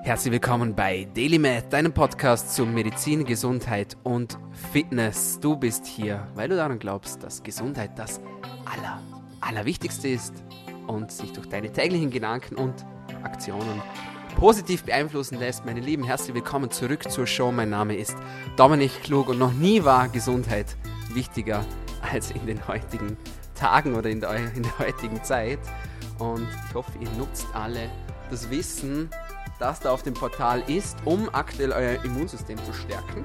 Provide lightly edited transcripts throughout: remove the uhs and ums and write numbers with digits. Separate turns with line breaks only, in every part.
Herzlich willkommen bei DailyMed, deinem Podcast zu Medizin, Gesundheit und Fitness. Du bist hier, weil du daran glaubst, dass Gesundheit das Allerwichtigste ist und sich durch deine täglichen Gedanken und Aktionen positiv beeinflussen lässt. Meine Lieben, herzlich willkommen zurück zur Show. Mein Name ist Dominik Klug und noch nie war Gesundheit wichtiger als in den heutigen Tagen oder in der heutigen Zeit. Und ich hoffe, ihr nutzt alle das Wissen, das da auf dem Portal ist, um aktuell euer Immunsystem zu stärken.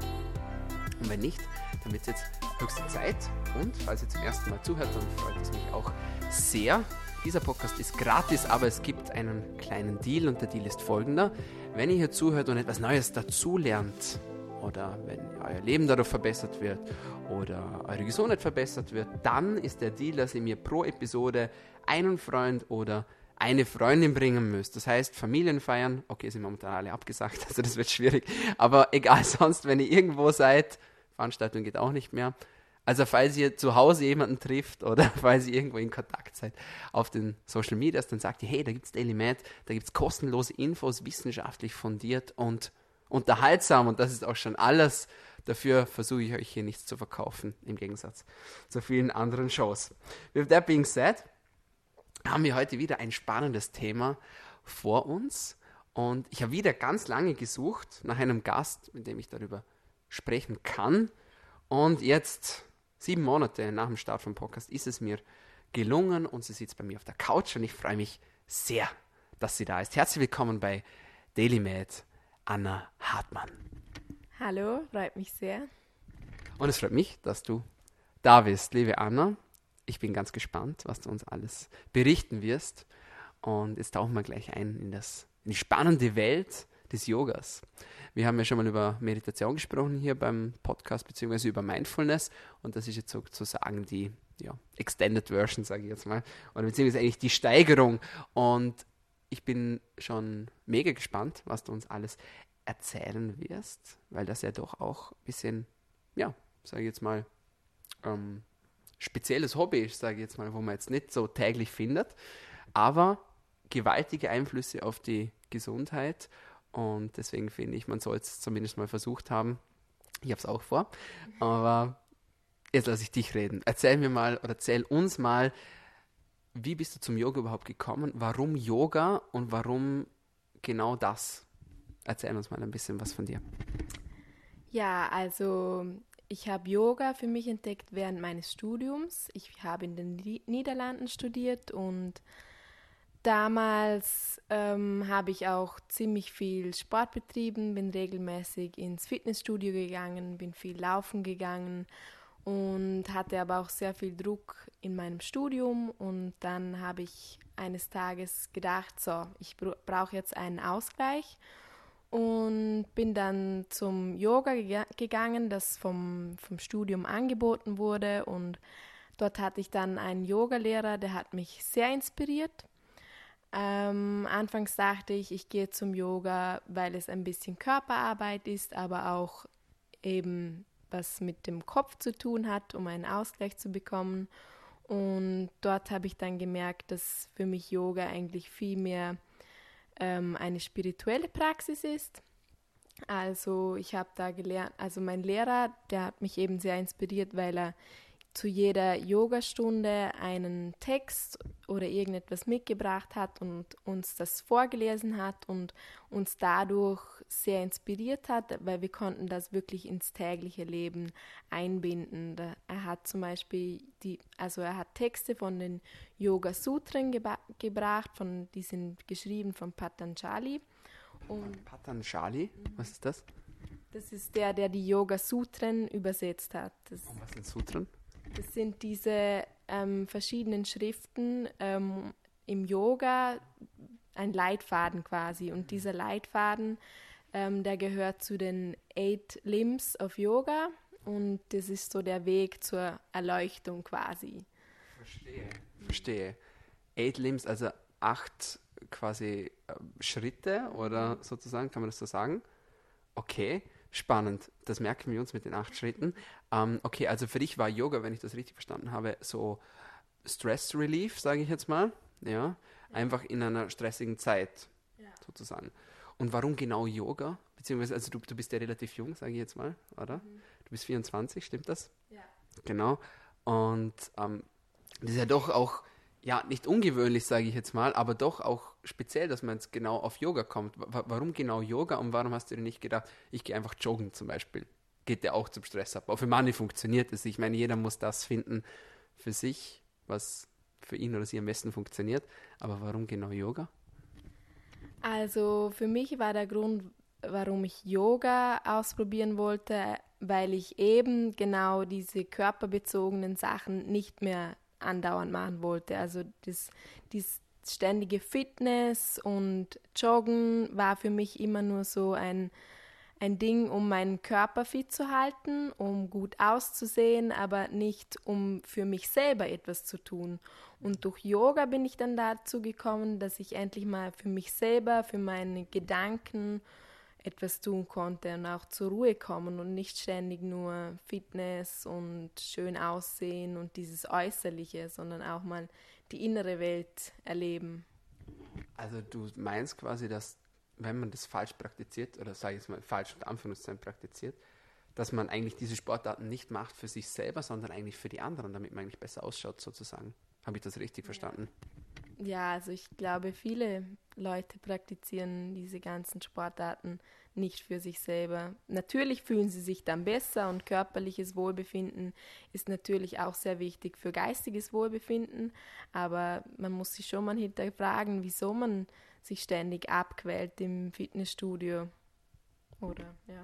Und wenn nicht, dann wird es jetzt höchste Zeit. Und falls ihr zum ersten Mal zuhört, dann freut es mich auch sehr. Dieser Podcast ist gratis, aber es gibt einen kleinen Deal und der Deal ist folgender. Wenn ihr hier zuhört und etwas Neues dazulernt oder wenn euer Leben dadurch verbessert wird oder eure Gesundheit verbessert wird, dann ist der Deal, dass ihr mir pro Episode einen Freund oder eine Freundin bringen müsst. Das heißt, Familienfeiern, okay, sind momentan alle abgesagt, also das wird schwierig, aber egal, sonst, wenn ihr irgendwo seid, Veranstaltung geht auch nicht mehr. Also falls ihr zu Hause jemanden trifft oder falls ihr irgendwo in Kontakt seid auf den Social Medias, dann sagt ihr, hey, da gibt es DailyMed, da gibt es kostenlose Infos, wissenschaftlich fundiert und unterhaltsam und das ist auch schon alles. Dafür versuche ich euch hier nichts zu verkaufen, im Gegensatz zu vielen anderen Shows. With that being said, haben wir heute wieder ein spannendes Thema vor uns und ich habe wieder ganz lange gesucht nach einem Gast, mit dem ich darüber sprechen kann und jetzt 7 Monate nach dem Start vom Podcast ist es mir gelungen und sie sitzt bei mir auf der Couch und ich freue mich sehr, dass sie da ist. Herzlich willkommen bei DailyMed, Anna Hartmann.
Hallo, freut mich sehr.
Und es freut mich, dass du da bist, liebe Anna. Ich bin ganz gespannt, was du uns alles berichten wirst. Und jetzt tauchen wir gleich ein in die spannende Welt des Yogas. Wir haben ja schon mal über Meditation gesprochen hier beim Podcast, beziehungsweise über Mindfulness. Und das ist jetzt sozusagen die Extended Version, sage ich jetzt mal. Oder beziehungsweise eigentlich die Steigerung. Und ich bin schon mega gespannt, was du uns alles erzählen wirst, weil das ja doch auch ein bisschen, sage ich jetzt mal, spezielles Hobby ist, sage ich jetzt mal, wo man jetzt nicht so täglich findet, aber gewaltige Einflüsse auf die Gesundheit und deswegen finde ich, man soll es zumindest mal versucht haben. Ich habe es auch vor, aber jetzt lasse ich dich reden. Erzähl uns mal, wie bist du zum Yoga überhaupt gekommen? Warum Yoga und warum genau das? Erzähl uns mal ein bisschen was von dir.
Ja, also ich habe Yoga für mich entdeckt während meines Studiums. Ich habe in den Niederlanden studiert und damals habe ich auch ziemlich viel Sport betrieben, bin regelmäßig ins Fitnessstudio gegangen, bin viel laufen gegangen und hatte aber auch sehr viel Druck in meinem Studium und dann habe ich eines Tages gedacht, so, ich brauche jetzt einen Ausgleich. Und bin dann zum Yoga gegangen, das vom Studium angeboten wurde. Und dort hatte ich dann einen Yogalehrer, der hat mich sehr inspiriert. Anfangs dachte ich gehe zum Yoga, weil es ein bisschen Körperarbeit ist, aber auch eben was mit dem Kopf zu tun hat, um einen Ausgleich zu bekommen. Und dort habe ich dann gemerkt, dass für mich Yoga eigentlich viel mehr eine spirituelle Praxis ist. Also ich habe da gelernt, also mein Lehrer, der hat mich eben sehr inspiriert, weil er zu jeder Yogastunde einen Text oder irgendetwas mitgebracht hat und uns das vorgelesen hat und uns dadurch sehr inspiriert hat, weil wir konnten das wirklich ins tägliche Leben einbinden. Er hat zum Beispiel er hat Texte von den Yoga-Sutren gebracht, die sind geschrieben von Patanjali. Und
Patanjali, was ist das?
Das ist der die Yoga-Sutren übersetzt hat.
Und was sind Sutren?
Das sind diese verschiedenen Schriften im Yoga, ein Leitfaden quasi. Und dieser Leitfaden, der gehört zu den 8 Limbs of Yoga. Und das ist so der Weg zur Erleuchtung quasi.
Verstehe. 8 Limbs, also 8 quasi Schritte oder sozusagen, kann man das so sagen? Okay. Spannend, das merken wir uns mit den 8 Schritten. Okay, also für dich war Yoga, wenn ich das richtig verstanden habe, so Stress Relief, sage ich jetzt mal. Ja, einfach in einer stressigen Zeit sozusagen. Und warum genau Yoga? Beziehungsweise, also du bist ja relativ jung, sage ich jetzt mal, oder? Du bist 24, stimmt das?
Ja.
Genau. Und das ist ja doch auch, ja, nicht ungewöhnlich, sage ich jetzt mal, aber doch auch speziell, dass man jetzt genau auf Yoga kommt. Warum genau Yoga und warum hast du dir nicht gedacht, ich gehe einfach joggen zum Beispiel? Geht ja auch zum Stressabbau. Für manche funktioniert es. Ich meine, jeder muss das finden für sich, was für ihn oder sie am besten funktioniert. Aber warum genau Yoga?
Also für mich war der Grund, warum ich Yoga ausprobieren wollte, weil ich eben genau diese körperbezogenen Sachen nicht mehr andauernd machen wollte. Also das ständige Fitness und Joggen war für mich immer nur so ein Ding, um meinen Körper fit zu halten, um gut auszusehen, aber nicht um für mich selber etwas zu tun. Und durch Yoga bin ich dann dazu gekommen, dass ich endlich mal für mich selber, für meine Gedanken etwas tun konnte und auch zur Ruhe kommen und nicht ständig nur Fitness und schön aussehen und dieses Äußerliche, sondern auch mal die innere Welt erleben.
Also du meinst quasi, dass wenn man das falsch praktiziert, oder sage ich jetzt mal falsch unter Anführungszeichen praktiziert, dass man eigentlich diese Sportarten nicht macht für sich selber, sondern eigentlich für die anderen, damit man eigentlich besser ausschaut sozusagen. Habe ich das richtig verstanden?
Ja, also ich glaube, viele Leute praktizieren diese ganzen Sportarten nicht für sich selber. Natürlich fühlen sie sich dann besser und körperliches Wohlbefinden ist natürlich auch sehr wichtig für geistiges Wohlbefinden, aber man muss sich schon mal hinterfragen, wieso man sich ständig abquält im Fitnessstudio. Oder, ja.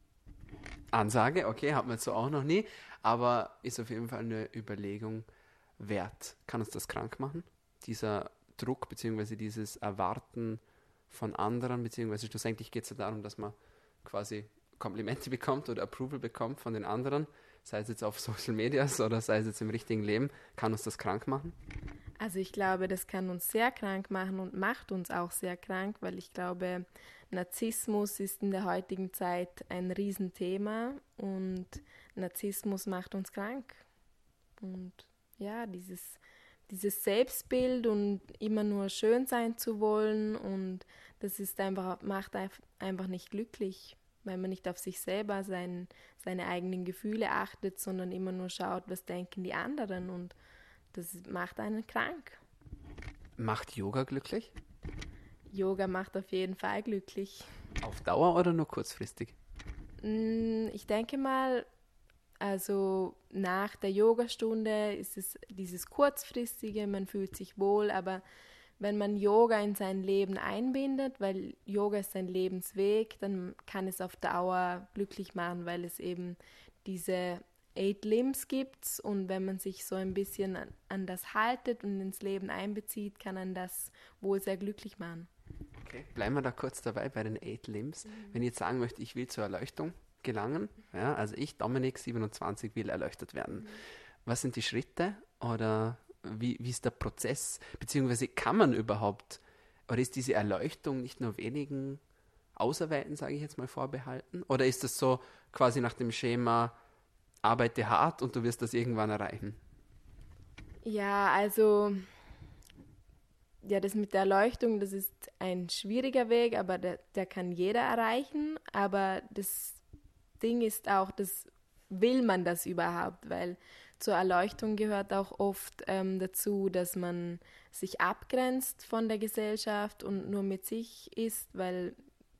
Ansage, okay, hat man so auch noch nie, aber ist auf jeden Fall eine Überlegung wert. Kann uns das krank machen? Dieser Druck bzw. dieses Erwarten von anderen, beziehungsweise schlussendlich geht es ja darum, dass man quasi Komplimente bekommt oder Approval bekommt von den anderen, sei es jetzt auf Social Medias oder sei es jetzt im richtigen Leben. Kann uns das krank machen?
Also ich glaube, das kann uns sehr krank machen und macht uns auch sehr krank, weil ich glaube, Narzissmus ist in der heutigen Zeit ein Riesenthema und Narzissmus macht uns krank. Und ja, dieses Selbstbild und immer nur schön sein zu wollen und das ist einfach, macht einfach nicht glücklich, weil man nicht auf sich selber, seine eigenen Gefühle achtet, sondern immer nur schaut, was denken die anderen und das macht einen krank.
Macht Yoga glücklich?
Yoga macht auf jeden Fall glücklich.
Auf Dauer oder nur kurzfristig?
Ich denke mal, also nach der Yogastunde ist es dieses kurzfristige, man fühlt sich wohl, aber wenn man Yoga in sein Leben einbindet, weil Yoga ist ein Lebensweg, dann kann es auf Dauer glücklich machen, weil es eben diese 8 Limbs gibt und wenn man sich so ein bisschen an das haltet und ins Leben einbezieht, kann einen das wohl sehr glücklich machen.
Okay, bleiben wir da kurz dabei bei den 8 Limbs. Wenn ich jetzt sagen möchte, ich will zur Erleuchtung gelangen, ja, also ich, Dominik, 27, will erleuchtet werden. Was sind die Schritte oder wie ist der Prozess? Beziehungsweise kann man überhaupt, oder ist diese Erleuchtung nicht nur wenigen Auserwählten, sage ich jetzt mal, vorbehalten? Oder ist das so quasi nach dem Schema, arbeite hart und du wirst das irgendwann erreichen?
Ja, also ja, das mit der Erleuchtung, das ist ein schwieriger Weg, aber der kann jeder erreichen. Aber das Ding ist auch, will man das überhaupt? Weil zur Erleuchtung gehört auch oft dazu, dass man sich abgrenzt von der Gesellschaft und nur mit sich ist, weil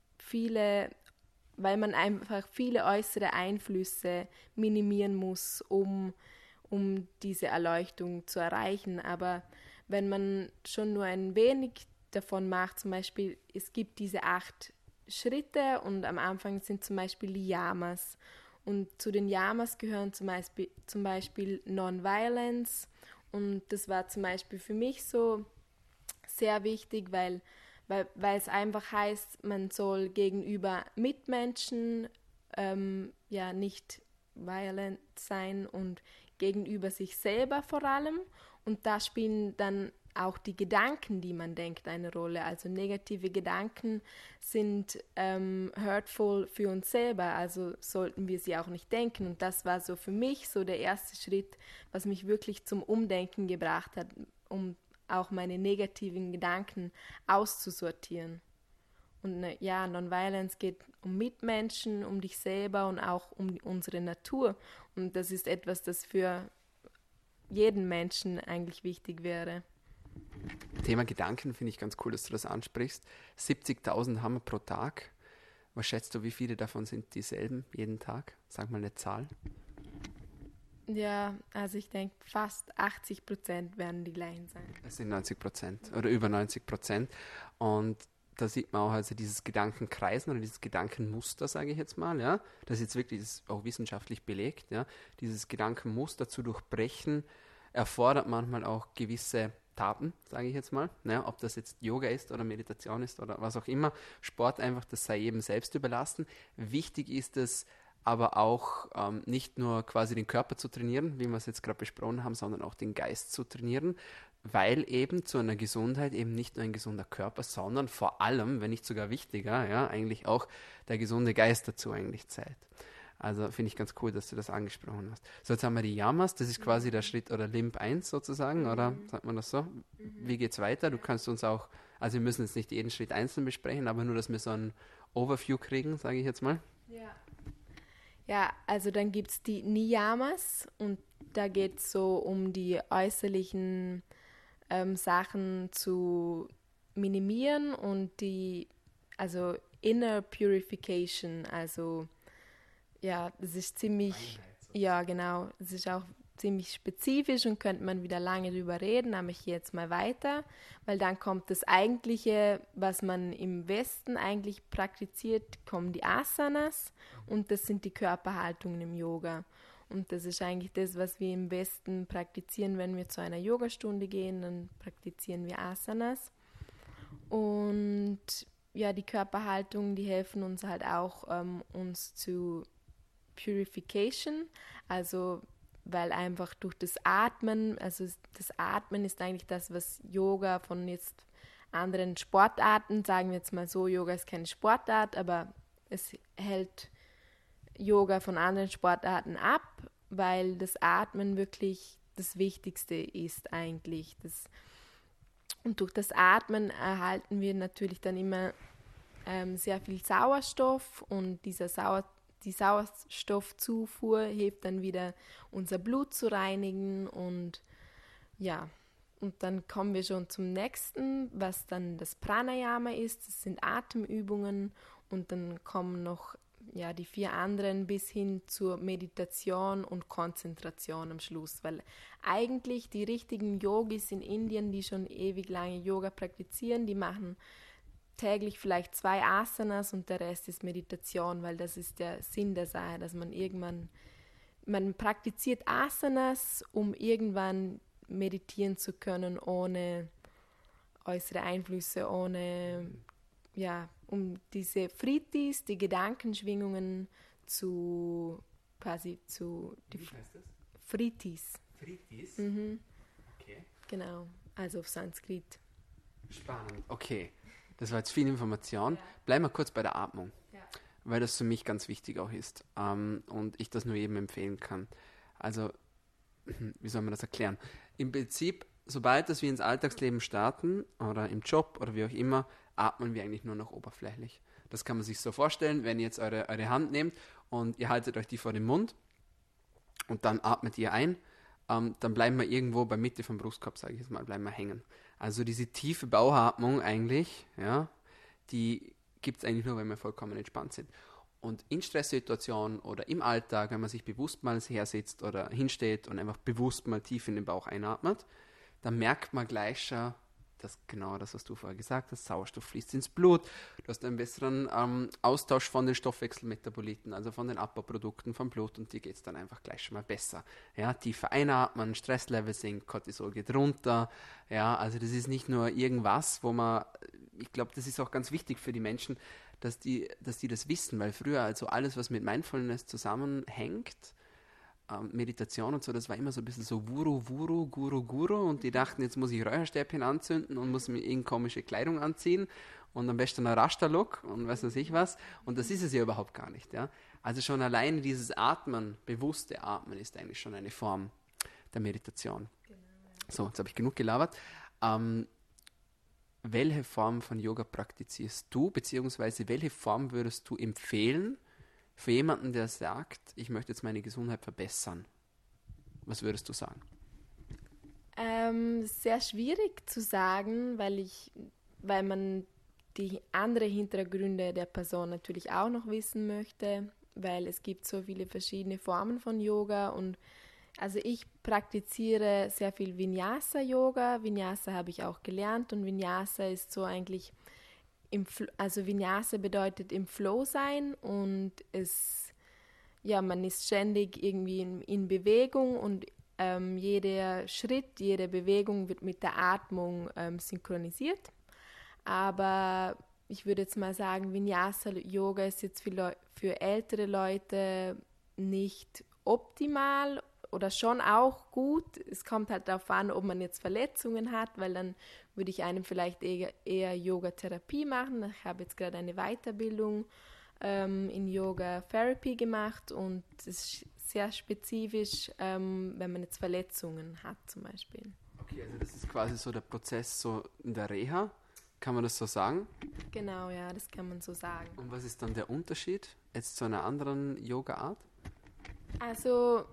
man einfach viele äußere Einflüsse minimieren muss, um diese Erleuchtung zu erreichen. Aber wenn man schon nur ein wenig davon macht, zum Beispiel, es gibt diese 8 Schritte und am Anfang sind zum Beispiel die Yamas. Und zu den Yamas gehören zum Beispiel Non-Violence. Und das war zum Beispiel für mich so sehr wichtig, weil es einfach heißt, man soll gegenüber Mitmenschen ja nicht violent sein und gegenüber sich selber vor allem. Und da spielen dann auch die Gedanken, die man denkt, eine Rolle. Also negative Gedanken sind hurtful für uns selber, also sollten wir sie auch nicht denken. Und das war so für mich so der erste Schritt, was mich wirklich zum Umdenken gebracht hat, um auch meine negativen Gedanken auszusortieren. Und ja, Non-Violence geht um Mitmenschen, um dich selber und auch um unsere Natur. Und das ist etwas, das für jeden Menschen eigentlich wichtig wäre.
Thema Gedanken finde ich ganz cool, dass du das ansprichst. 70.000 haben wir pro Tag. Was schätzt du, wie viele davon sind dieselben jeden Tag? Sag mal eine Zahl.
Ja, also ich denke, fast 80% werden die gleichen sein.
Das sind 90% oder über 90%. Und da sieht man auch also dieses Gedankenkreisen oder dieses Gedankenmuster, sage ich jetzt mal, ja. Das ist jetzt wirklich das ist auch wissenschaftlich belegt, ja. Dieses Gedankenmuster zu durchbrechen erfordert manchmal auch gewisse Taten, sage ich jetzt mal. Ja, ob das jetzt Yoga ist oder Meditation ist oder was auch immer. Sport einfach, das sei jedem selbst überlassen. Wichtig ist es, aber auch nicht nur quasi den Körper zu trainieren, wie wir es jetzt gerade besprochen haben, sondern auch den Geist zu trainieren, weil eben zu einer Gesundheit eben nicht nur ein gesunder Körper, sondern vor allem, wenn nicht sogar wichtiger, ja, eigentlich auch der gesunde Geist dazu eigentlich zählt. Also finde ich ganz cool, dass du das angesprochen hast. So, jetzt haben wir die Yamas, das ist quasi der Schritt oder Limb 1 sozusagen, oder sagt man das so? Wie geht's weiter? Du kannst uns auch, also wir müssen jetzt nicht jeden Schritt einzeln besprechen, aber nur, dass wir so ein Overview kriegen, sage ich jetzt mal.
Ja. Ja, also dann gibt es die Niyamas und da geht es so um die äußerlichen Sachen zu minimieren und also Inner Purification, also ja, das ist ziemlich, ja genau, es ist auch ziemlich spezifisch und könnte man wieder lange drüber reden, aber ich gehe jetzt mal weiter, weil dann kommt das Eigentliche, was man im Westen eigentlich praktiziert, kommen die Asanas und das sind die Körperhaltungen im Yoga. Und das ist eigentlich das, was wir im Westen praktizieren, wenn wir zu einer Yogastunde gehen, dann praktizieren wir Asanas. Und ja, die Körperhaltungen, die helfen uns halt auch, uns zu Purification, also weil einfach durch das Atmen, also das Atmen ist eigentlich das, was Yoga von jetzt anderen Sportarten, sagen wir jetzt mal so, Yoga ist keine Sportart, aber es hält Yoga von anderen Sportarten ab, weil das Atmen wirklich das Wichtigste ist eigentlich. Und durch das Atmen erhalten wir natürlich dann immer sehr viel Sauerstoff und die Sauerstoffzufuhr hilft dann wieder, unser Blut zu reinigen und ja, und dann kommen wir schon zum nächsten, was dann das Pranayama ist. Das sind Atemübungen und dann kommen noch ja, die 4 anderen bis hin zur Meditation und Konzentration am Schluss, weil eigentlich die richtigen Yogis in Indien, die schon ewig lange Yoga praktizieren, die machen täglich vielleicht 2 Asanas und der Rest ist Meditation, weil das ist der Sinn der Sache, dass man praktiziert Asanas, um irgendwann meditieren zu können, ohne äußere Einflüsse, um diese Vritis, die Gedankenschwingungen wie heißt das? Vritis.
Vritis?
Mhm.
Okay.
Genau, also auf Sanskrit.
Spannend, okay. Das war jetzt viel Information. Ja. Bleiben wir kurz bei der Atmung, weil das für mich ganz wichtig auch ist und ich das nur jedem empfehlen kann. Also, wie soll man das erklären? Im Prinzip, sobald dass wir ins Alltagsleben starten oder im Job oder wie auch immer, atmen wir eigentlich nur noch oberflächlich. Das kann man sich so vorstellen, wenn ihr jetzt eure Hand nehmt und ihr haltet euch die vor den Mund und dann atmet ihr ein, dann bleiben wir irgendwo bei Mitte vom Brustkorb, sage ich jetzt mal, bleiben wir hängen. Also diese tiefe Bauchatmung eigentlich, ja, die gibt es eigentlich nur, wenn wir vollkommen entspannt sind. Und in Stresssituationen oder im Alltag, wenn man sich bewusst mal hersitzt oder hinsteht und einfach bewusst mal tief in den Bauch einatmet, dann merkt man gleich schon, dass genau das, was du vorher gesagt hast, Sauerstoff fließt ins Blut, du hast einen besseren Austausch von den Stoffwechselmetaboliten, also von den Abbauprodukten vom Blut und dir geht es dann einfach gleich schon mal besser. Ja, tiefer einatmen, Stresslevel sinkt, Cortisol geht runter, ja, also das ist nicht nur irgendwas, ich glaube, das ist auch ganz wichtig für die Menschen, dass die das wissen, weil früher also alles, was mit Mindfulness zusammenhängt, Meditation und so, das war immer so ein bisschen so Wuru, Wuru, Guru, Guru und die dachten, jetzt muss ich Räucherstäbchen anzünden und muss mir irgendeine komische Kleidung anziehen und am besten ein Rasta-Look und weiß nicht was und das ist es ja überhaupt gar nicht. Ja? Also schon alleine dieses Atmen, bewusste Atmen ist eigentlich schon eine Form der Meditation. Genau, ja. So, jetzt habe ich genug gelabert. welche Form von Yoga praktizierst du, beziehungsweise welche Form würdest du empfehlen für jemanden, der sagt, ich möchte jetzt meine Gesundheit verbessern? Was würdest du sagen?
Sehr schwierig zu sagen, weil man die anderen Hintergründe der Person natürlich auch noch wissen möchte, weil es gibt so viele verschiedene Formen von Yoga und also ich praktiziere sehr viel Vinyasa-Yoga. Vinyasa habe ich auch gelernt und Vinyasa ist so eigentlich, also Vinyasa bedeutet im Flow sein und man ist ständig irgendwie in Bewegung und jeder Schritt, jede Bewegung wird mit der Atmung synchronisiert. Aber ich würde jetzt mal sagen, Vinyasa-Yoga ist jetzt für ältere Leute nicht optimal oder schon auch gut. Es kommt halt darauf an, ob man jetzt Verletzungen hat, weil dann würde ich einem vielleicht eher Yoga-Therapie machen. Ich habe jetzt gerade eine Weiterbildung in Yoga-Therapy gemacht und es ist sehr spezifisch, wenn man jetzt Verletzungen hat zum Beispiel.
Okay, also das ist quasi so der Prozess so in der Reha, kann man das so sagen?
Genau, ja, das kann man so sagen.
Und was ist dann der Unterschied jetzt zu einer anderen Yoga-Art?
Also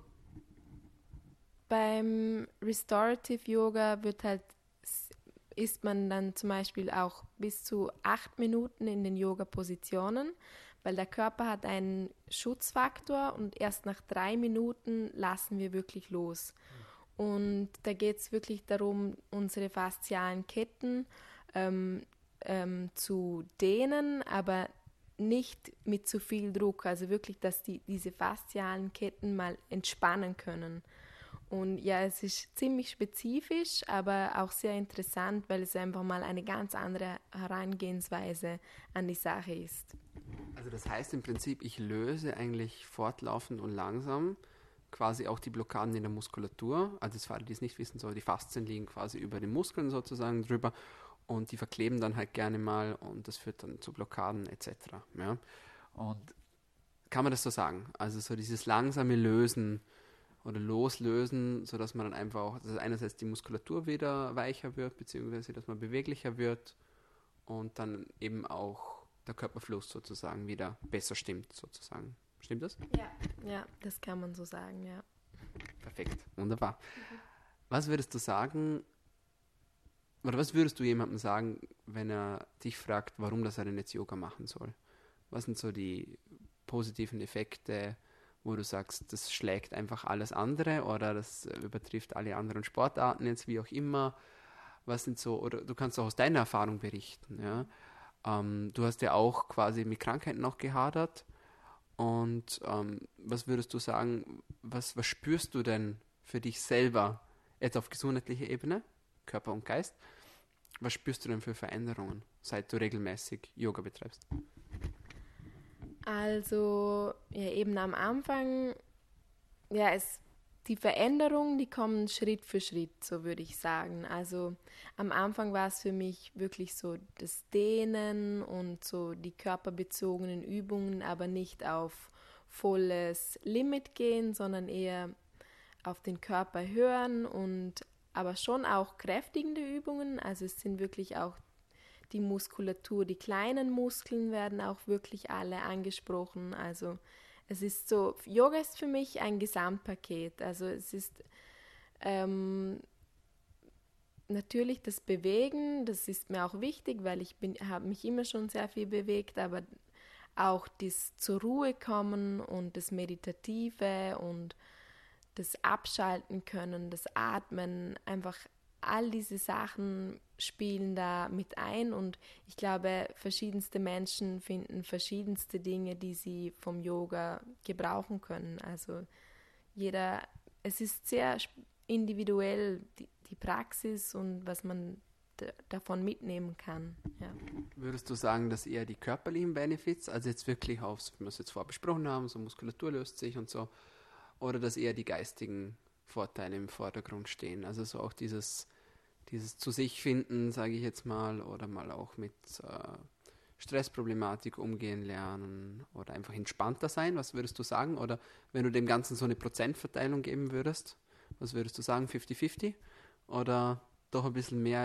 beim Restorative Yoga ist man dann zum Beispiel auch bis zu 8 Minuten in den Yoga-Positionen, weil der Körper hat einen Schutzfaktor und erst nach 3 Minuten lassen wir wirklich los. Und da geht es wirklich darum, unsere faszialen Ketten zu dehnen, aber nicht mit zu viel Druck, also wirklich, dass diese faszialen Ketten mal entspannen können. Und ja, es ist ziemlich spezifisch, aber auch sehr interessant, weil es einfach mal eine ganz andere Herangehensweise an die Sache ist.
Also das heißt im Prinzip, ich löse eigentlich fortlaufend und langsam quasi auch die Blockaden in der Muskulatur. Also für alle, die es nicht wissen, so die Faszien liegen quasi über den Muskeln sozusagen drüber und die verkleben dann halt gerne mal und das führt dann zu Blockaden etc. Ja? Und kann man das so sagen? Also so dieses langsame Lösen oder Loslösen, sodass man dann einfach auch, dass einerseits die Muskulatur wieder weicher wird, beziehungsweise dass man beweglicher wird und dann eben auch der Körperfluss sozusagen wieder besser stimmt sozusagen. Stimmt das?
Ja, das kann man so sagen, ja.
Perfekt, wunderbar. Was würdest du sagen, oder was würdest du jemandem sagen, wenn er dich fragt, warum das er denn jetzt Yoga machen soll? Was sind so die positiven Effekte, wo du sagst, das schlägt einfach alles andere oder das übertrifft alle anderen Sportarten jetzt, wie auch immer? Was sind so, oder du kannst auch aus deiner Erfahrung berichten, ja? Du hast ja auch quasi mit Krankheiten noch gehadert und was würdest du sagen, was spürst du denn für dich selber, jetzt auf gesundheitlicher Ebene, Körper und Geist, was spürst du denn für Veränderungen, seit du regelmäßig Yoga betreibst?
Also, ja, eben am Anfang, die Veränderungen, die kommen Schritt für Schritt, so würde ich sagen. Also am Anfang war es für mich wirklich so das Dehnen und so die körperbezogenen Übungen, aber nicht auf volles Limit gehen, sondern eher auf den Körper hören und aber schon auch kräftigende Übungen. Also es sind wirklich auch die Muskulatur, die kleinen Muskeln werden auch wirklich alle angesprochen. Also es ist so, Yoga ist für mich ein Gesamtpaket. Also es ist natürlich das Bewegen, das ist mir auch wichtig, weil habe mich immer schon sehr viel bewegt, aber auch das zur Ruhe kommen und das Meditative und das Abschalten können, das Atmen, einfach all diese Sachen spielen da mit ein und ich glaube, verschiedenste Menschen finden verschiedenste Dinge, die sie vom Yoga gebrauchen können. Also es ist sehr individuell, die Praxis und was man davon mitnehmen kann. Ja.
Würdest du sagen, dass eher die körperlichen Benefits, also jetzt wirklich aufs, wie wir es jetzt vorher besprochen haben, so Muskulatur löst sich und so, oder dass eher die geistigen Vorteile im Vordergrund stehen? Also so auch dieses zu sich finden, sage ich jetzt mal, oder mal auch mit Stressproblematik umgehen lernen oder einfach entspannter sein, was würdest du sagen? Oder wenn du dem Ganzen so eine Prozentverteilung geben würdest, was würdest du sagen, 50-50? Oder doch ein bisschen mehr jetzt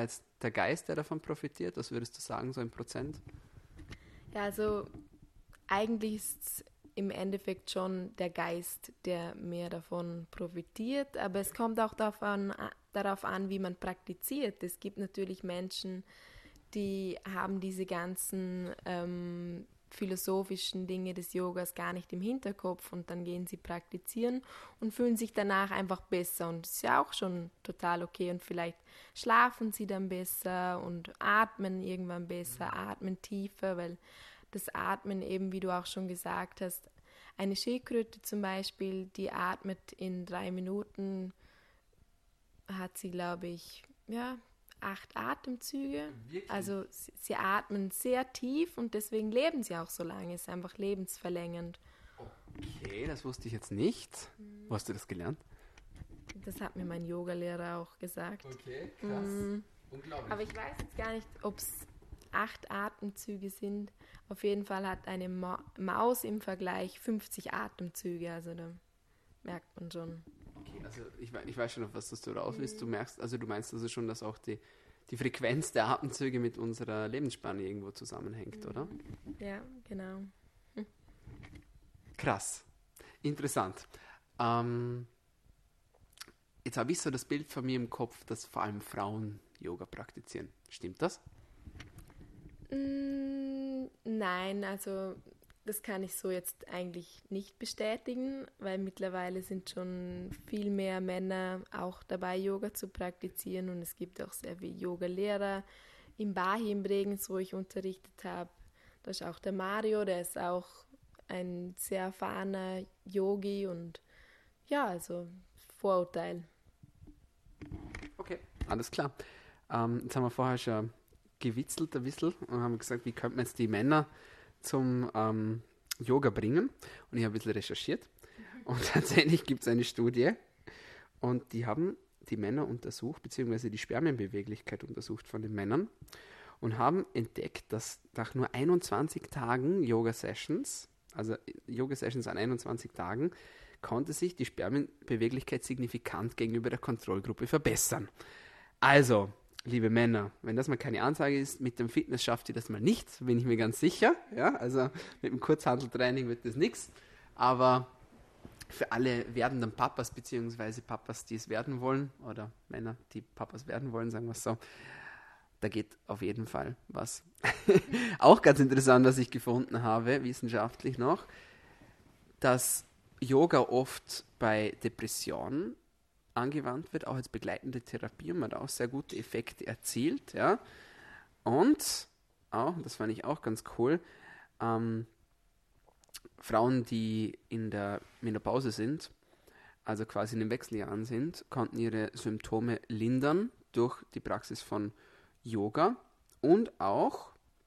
der Geist, der davon profitiert? Was würdest du sagen, so in Prozent?
Ja, also eigentlich ist es im Endeffekt schon der Geist, der mehr davon profitiert, aber es kommt auch darauf an, wie man praktiziert. Es gibt natürlich Menschen, die haben diese ganzen philosophischen Dinge des Yogas gar nicht im Hinterkopf und dann gehen sie praktizieren und fühlen sich danach einfach besser und das ist ja auch schon total okay und vielleicht schlafen sie dann besser und atmen irgendwann besser, atmen tiefer, weil das Atmen eben, wie du auch schon gesagt hast, eine Schildkröte zum Beispiel, die atmet in 3 Minuten, hat sie, glaube ich, ja, 8 Atemzüge.
Wirklich?
Also sie atmen sehr tief und deswegen leben sie auch so lange. Es ist einfach lebensverlängernd.
Okay, das wusste ich jetzt nicht. Wo hast du das gelernt?
Das hat mir mein Yogalehrer auch gesagt.
Okay, krass. Unglaublich.
Aber ich weiß jetzt gar nicht, ob es 8 Atemzüge sind. Auf jeden Fall hat eine Maus im Vergleich 50 Atemzüge. Also da merkt man schon.
Okay, also ich weiß schon, auf was du raus willst. Du meinst also schon, dass auch die Frequenz der Atemzüge mit unserer Lebensspanne irgendwo zusammenhängt, oder?
Ja, genau.
Krass. Interessant. Jetzt habe ich so das Bild von mir im Kopf, dass vor allem Frauen Yoga praktizieren. Stimmt das?
Nein, also das kann ich so jetzt eigentlich nicht bestätigen, weil mittlerweile sind schon viel mehr Männer auch dabei, Yoga zu praktizieren und es gibt auch sehr viele Yoga-Lehrer. Im Bahi in Bregenz, wo ich unterrichtet habe, da ist auch der Mario, der ist auch ein sehr erfahrener Yogi und ja, also Vorurteil.
Okay, alles klar. Jetzt haben wir vorher schon gewitzelt ein bisschen und haben gesagt, wie könnte man jetzt die Männer zum Yoga bringen? Und ich habe ein bisschen recherchiert und tatsächlich gibt es eine Studie und die haben die Männer untersucht, beziehungsweise die Spermienbeweglichkeit untersucht von den Männern und haben entdeckt, dass nach nur 21 Tagen Yoga-Sessions, also Yoga-Sessions an 21 Tagen, konnte sich die Spermienbeweglichkeit signifikant gegenüber der Kontrollgruppe verbessern. Also, liebe Männer, wenn das mal keine Ansage ist, mit dem Fitness schafft ihr das mal nicht, bin ich mir ganz sicher. Ja, also mit dem Kurzhanteltraining wird das nichts. Aber für alle werdenden Papas, beziehungsweise Papas, die es werden wollen, oder Männer, die Papas werden wollen, sagen wir es so, da geht auf jeden Fall was. Auch ganz interessant, was ich gefunden habe, wissenschaftlich noch, dass Yoga oft bei Depressionen angewandt wird, auch als begleitende Therapie und man da auch sehr gute Effekte erzielt. Ja. Und auch, das fand ich auch ganz cool, Frauen, die in der Menopause sind, also quasi in den Wechseljahren sind, konnten ihre Symptome lindern durch die Praxis von Yoga und auch,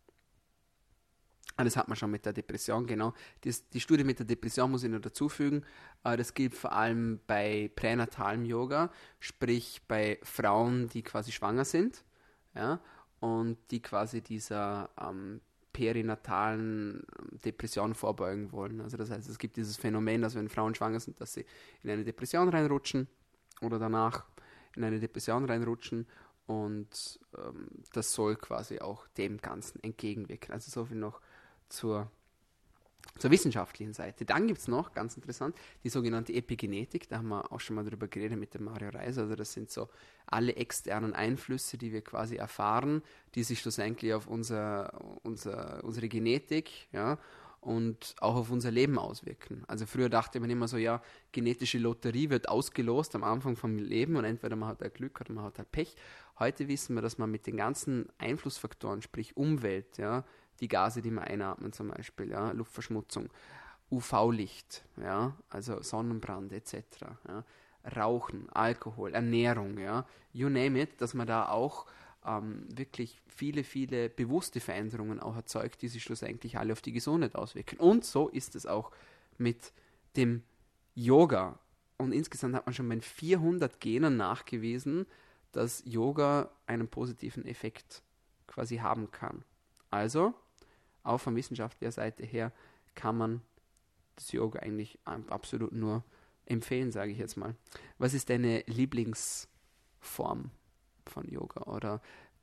das hat man schon mit der Depression, genau. Die Studie mit der Depression muss ich noch dazufügen. Das gilt vor allem bei pränatalem Yoga, sprich bei Frauen, die quasi schwanger sind, ja, und die quasi dieser perinatalen Depression vorbeugen wollen. Also das heißt, es gibt dieses Phänomen, dass wenn Frauen schwanger sind, dass sie in eine Depression reinrutschen oder danach in eine Depression reinrutschen und das soll quasi auch dem Ganzen entgegenwirken. Also so viel noch zur wissenschaftlichen Seite. Dann gibt es noch, ganz interessant, die sogenannte Epigenetik. Da haben wir auch schon mal drüber geredet mit dem Mario Reiser. Also das sind so alle externen Einflüsse, die wir quasi erfahren, die sich schlussendlich auf unsere Genetik, ja, und auch auf unser Leben auswirken. Also früher dachte man immer so, ja, genetische Lotterie wird ausgelost am Anfang vom Leben und entweder man hat halt Glück oder man hat halt Pech. Heute wissen wir, dass man mit den ganzen Einflussfaktoren, sprich Umwelt, ja, die Gase, die wir einatmen zum Beispiel, ja, Luftverschmutzung, UV-Licht, ja, also Sonnenbrand etc., ja, Rauchen, Alkohol, Ernährung, ja, you name it, dass man da auch wirklich viele, viele bewusste Veränderungen auch erzeugt, die sich schlussendlich alle auf die Gesundheit auswirken. Und so ist es auch mit dem Yoga. Und insgesamt hat man schon bei 400 Genen nachgewiesen, dass Yoga einen positiven Effekt quasi haben kann. Also, auch von wissenschaftlicher Seite her kann man das Yoga eigentlich absolut nur empfehlen, sage ich jetzt mal. Was ist deine Lieblingsform von Yoga? Oder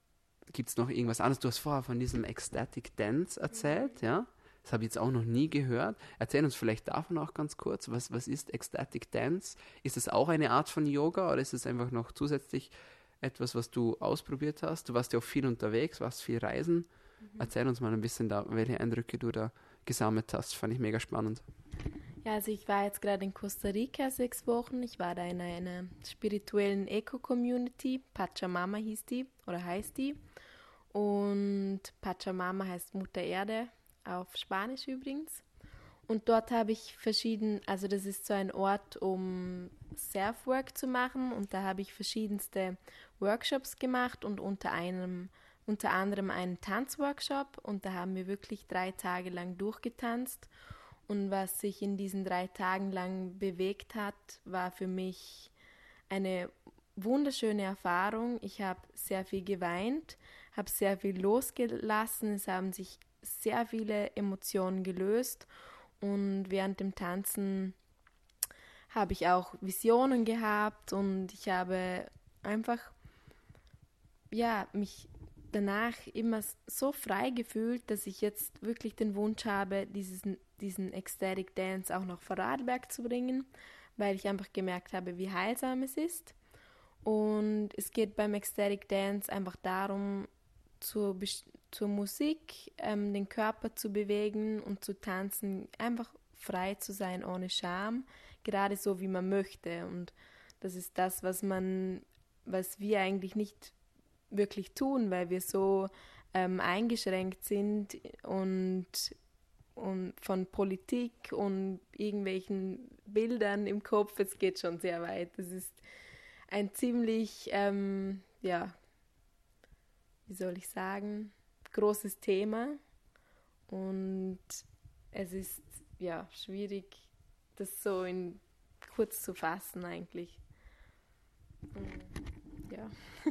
gibt es noch irgendwas anderes? Du hast vorher von diesem Ecstatic Dance erzählt, ja? Das habe ich jetzt auch noch nie gehört. Erzähl uns vielleicht davon auch ganz kurz. Was ist Ecstatic Dance? Ist es auch eine Art von Yoga oder ist es einfach noch zusätzlich etwas, was du ausprobiert hast? Du warst ja auch viel unterwegs, warst viel reisen. Erzähl uns mal ein bisschen da, welche Eindrücke du da gesammelt hast. Fand ich mega spannend.
Ja, also ich war jetzt gerade in Costa Rica 6 Wochen. Ich war da in einer spirituellen Eco-Community. Pachamama hieß die oder heißt die. Und Pachamama heißt Mutter Erde, auf Spanisch übrigens. Und dort habe ich also das ist so ein Ort, um Self-Work zu machen. Und da habe ich verschiedenste Workshops gemacht und unter anderem einen Tanzworkshop. Und da haben wir wirklich 3 Tage lang durchgetanzt. Und was sich in diesen 3 Tagen lang bewegt hat, war für mich eine wunderschöne Erfahrung. Ich habe sehr viel geweint, habe sehr viel losgelassen. Es haben sich sehr viele Emotionen gelöst. Und während dem Tanzen habe ich auch Visionen gehabt und ich habe einfach mich danach immer so frei gefühlt, dass ich jetzt wirklich den Wunsch habe, diesen Ecstatic Dance auch nach Vorarlberg zu bringen, weil ich einfach gemerkt habe, wie heilsam es ist. Und es geht beim Ecstatic Dance einfach darum, zur Musik den Körper zu bewegen und zu tanzen, einfach frei zu sein, ohne Scham, gerade so, wie man möchte. Und das ist das, was wir eigentlich nicht wirklich tun, weil wir so eingeschränkt sind und von Politik und irgendwelchen Bildern im Kopf, es geht schon sehr weit. Das ist ein ziemlich, wie soll ich sagen, großes Thema und es ist schwierig, das so in kurz zu fassen eigentlich. Ja.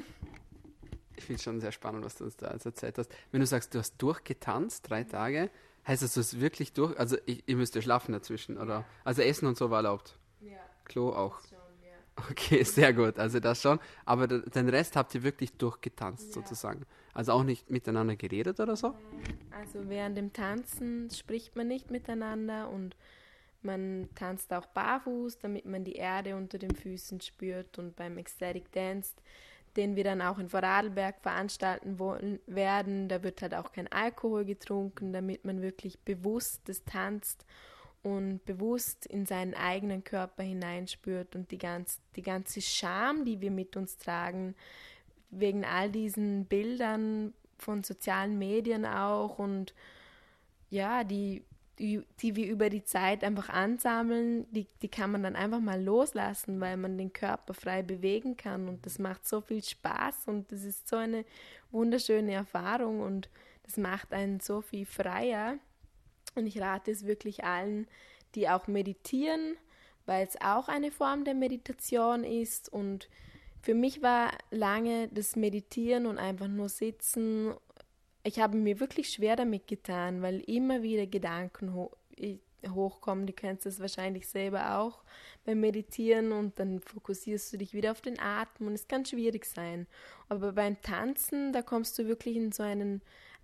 Ich finde es schon sehr spannend, was du uns da jetzt erzählt hast. Wenn du sagst, du hast durchgetanzt, 3 Tage, heißt das, du hast wirklich also ihr müsst ja schlafen dazwischen, oder? Also Essen und so war erlaubt?
Ja.
Klo auch?
Schon, ja.
Okay, sehr gut, also das schon. Aber den Rest habt ihr wirklich durchgetanzt sozusagen? Also auch nicht miteinander geredet oder so?
Also während dem Tanzen spricht man nicht miteinander und man tanzt auch barfuß, damit man die Erde unter den Füßen spürt. Und beim Ecstatic Dance, den wir dann auch in Vorarlberg veranstalten werden, da wird halt auch kein Alkohol getrunken, damit man wirklich bewusst das tanzt und bewusst in seinen eigenen Körper hineinspürt und die ganze Scham, die wir mit uns tragen, wegen all diesen Bildern von sozialen Medien auch und ja, die wir über die Zeit einfach ansammeln, die kann man dann einfach mal loslassen, weil man den Körper frei bewegen kann und das macht so viel Spaß und das ist so eine wunderschöne Erfahrung und das macht einen so viel freier und ich rate es wirklich allen, die auch meditieren, weil es auch eine Form der Meditation ist und für mich war lange das Meditieren und einfach nur sitzen. Ich habe mir wirklich schwer damit getan, weil immer wieder Gedanken hochkommen. Du kennst das wahrscheinlich selber auch beim Meditieren und dann fokussierst du dich wieder auf den Atem und es kann schwierig sein. Aber beim Tanzen, da kommst du wirklich in so einen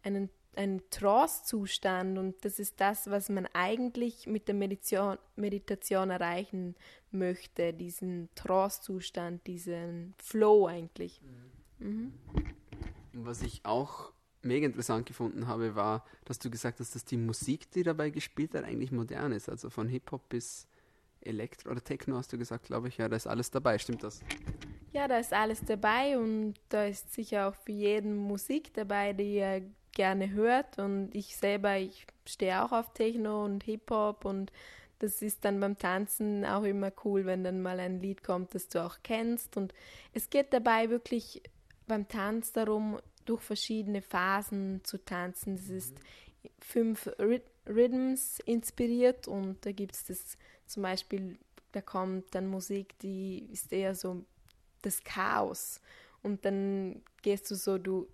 Trance-Zustand und das ist das, was man eigentlich mit der Meditation erreichen möchte, diesen Trance-Zustand, diesen Flow eigentlich.
Und was ich auch mega interessant gefunden habe, war, dass du gesagt hast, dass die Musik, die dabei gespielt hat, eigentlich modern ist. Also von Hip-Hop bis Elektro oder Techno hast du gesagt, glaube ich. Ja, da ist alles dabei. Stimmt das?
Ja, da ist alles dabei und da ist sicher auch für jeden Musik dabei, die er gerne hört. Und ich stehe auch auf Techno und Hip-Hop und das ist dann beim Tanzen auch immer cool, wenn dann mal ein Lied kommt, das du auch kennst. Und es geht dabei wirklich beim Tanz darum, durch verschiedene Phasen zu tanzen. Das ist 5 Rhythms inspiriert und da gibt es das zum Beispiel, da kommt dann Musik, die ist eher so das Chaos und dann gehst du so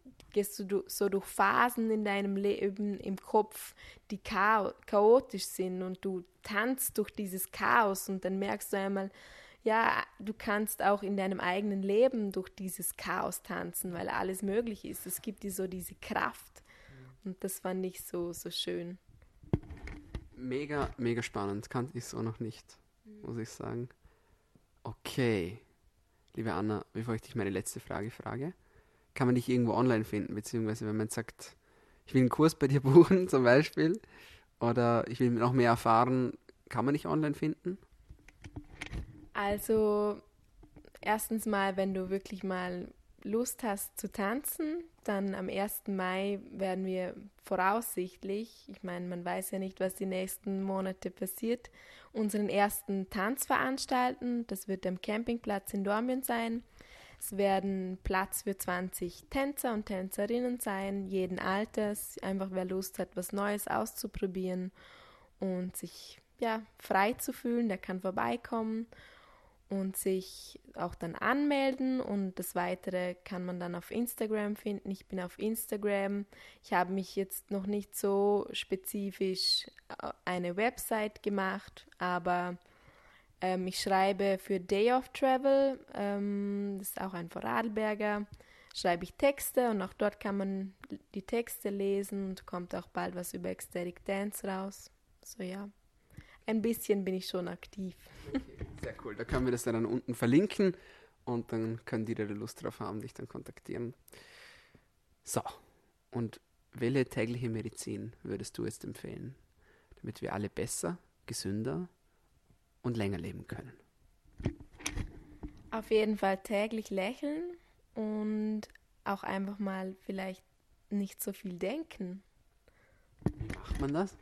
durch Phasen in deinem Leben im Kopf, die chaotisch sind und du tanzt durch dieses Chaos und dann merkst du einmal, ja, du kannst auch in deinem eigenen Leben durch dieses Chaos tanzen, weil alles möglich ist. Es gibt dir so diese Kraft und das fand ich so schön.
Mega, mega spannend. Kannte ich so noch nicht, muss ich sagen. Okay. Liebe Anna, bevor ich dich meine letzte Frage frage, kann man dich irgendwo online finden, beziehungsweise wenn man sagt, ich will einen Kurs bei dir buchen zum Beispiel oder ich will noch mehr erfahren, kann man dich online finden?
Also erstens mal, wenn du wirklich mal Lust hast zu tanzen, dann am 1. Mai werden wir voraussichtlich, ich meine, man weiß ja nicht, was die nächsten Monate passiert, unseren ersten Tanz veranstalten. Das wird am Campingplatz in Dornbirn sein. Es werden Platz für 20 Tänzer und Tänzerinnen sein, jeden Alters, einfach wer Lust hat, was Neues auszuprobieren und sich frei zu fühlen, der kann vorbeikommen und sich auch dann anmelden und das Weitere kann man dann auf Instagram finden. Ich bin auf Instagram. Ich habe mich jetzt noch nicht so spezifisch eine Website gemacht, aber ich schreibe für Day of Travel, das ist auch ein Vorarlberger, schreibe ich Texte und auch dort kann man die Texte lesen und kommt auch bald was über Ecstatic Dance raus. So ja, ein bisschen bin ich schon aktiv.
Okay, sehr cool, da können wir das dann unten verlinken und dann können die, die Lust drauf haben, dich dann kontaktieren. So, und welche tägliche Medizin würdest du jetzt empfehlen, damit wir alle besser, gesünder und länger leben können?
Auf jeden Fall täglich lächeln und auch einfach mal vielleicht nicht so viel denken.
Wie macht man das?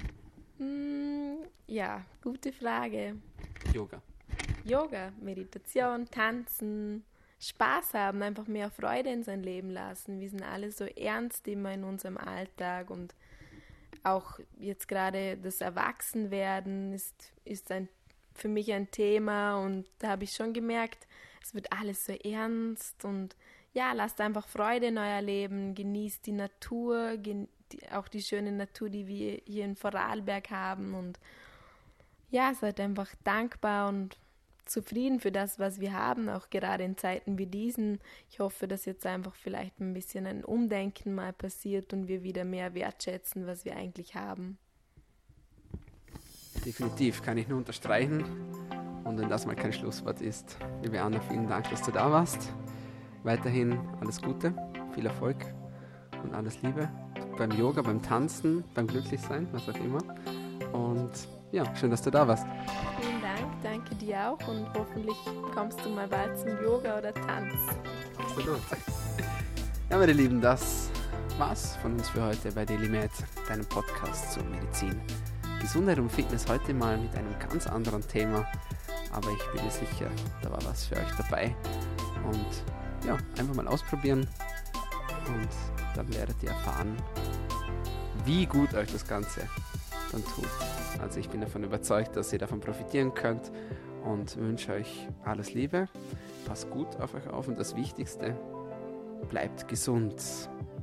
Ja, gute Frage.
Yoga,
Meditation, Tanzen, Spaß haben, einfach mehr Freude in sein Leben lassen. Wir sind alle so ernst immer in unserem Alltag und auch jetzt gerade das Erwachsenwerden ist für mich ein Thema und da habe ich schon gemerkt, es wird alles so ernst und ja, lasst einfach Freude in euer Leben, genießt die Natur, auch die schöne Natur, die wir hier in Vorarlberg haben und ja, seid einfach dankbar und zufrieden für das, was wir haben, auch gerade in Zeiten wie diesen. Ich hoffe, dass jetzt einfach vielleicht ein bisschen ein Umdenken mal passiert und wir wieder mehr wertschätzen, was wir eigentlich haben.
Definitiv, kann ich nur unterstreichen. Und wenn das mal kein Schlusswort ist, liebe Anna, vielen Dank, dass du da warst. Weiterhin alles Gute, viel Erfolg und alles Liebe beim Yoga, beim Tanzen, beim Glücklichsein, was auch immer. Und ja, schön, dass du da warst.
Vielen Dank, danke dir auch und hoffentlich kommst du mal bald zum Yoga oder Tanz.
Absolut. Ja, meine Lieben, das war's von uns für heute bei DailyMed, deinem Podcast zur Medizin, Gesundheit und Fitness. Heute mal mit einem ganz anderen Thema, aber ich bin mir sicher, da war was für euch dabei. Und ja, einfach mal ausprobieren und dann werdet ihr erfahren, wie gut euch das Ganze dann tut. Also ich bin davon überzeugt, dass ihr davon profitieren könnt und wünsche euch alles Liebe. Passt gut auf euch auf und das Wichtigste, bleibt gesund.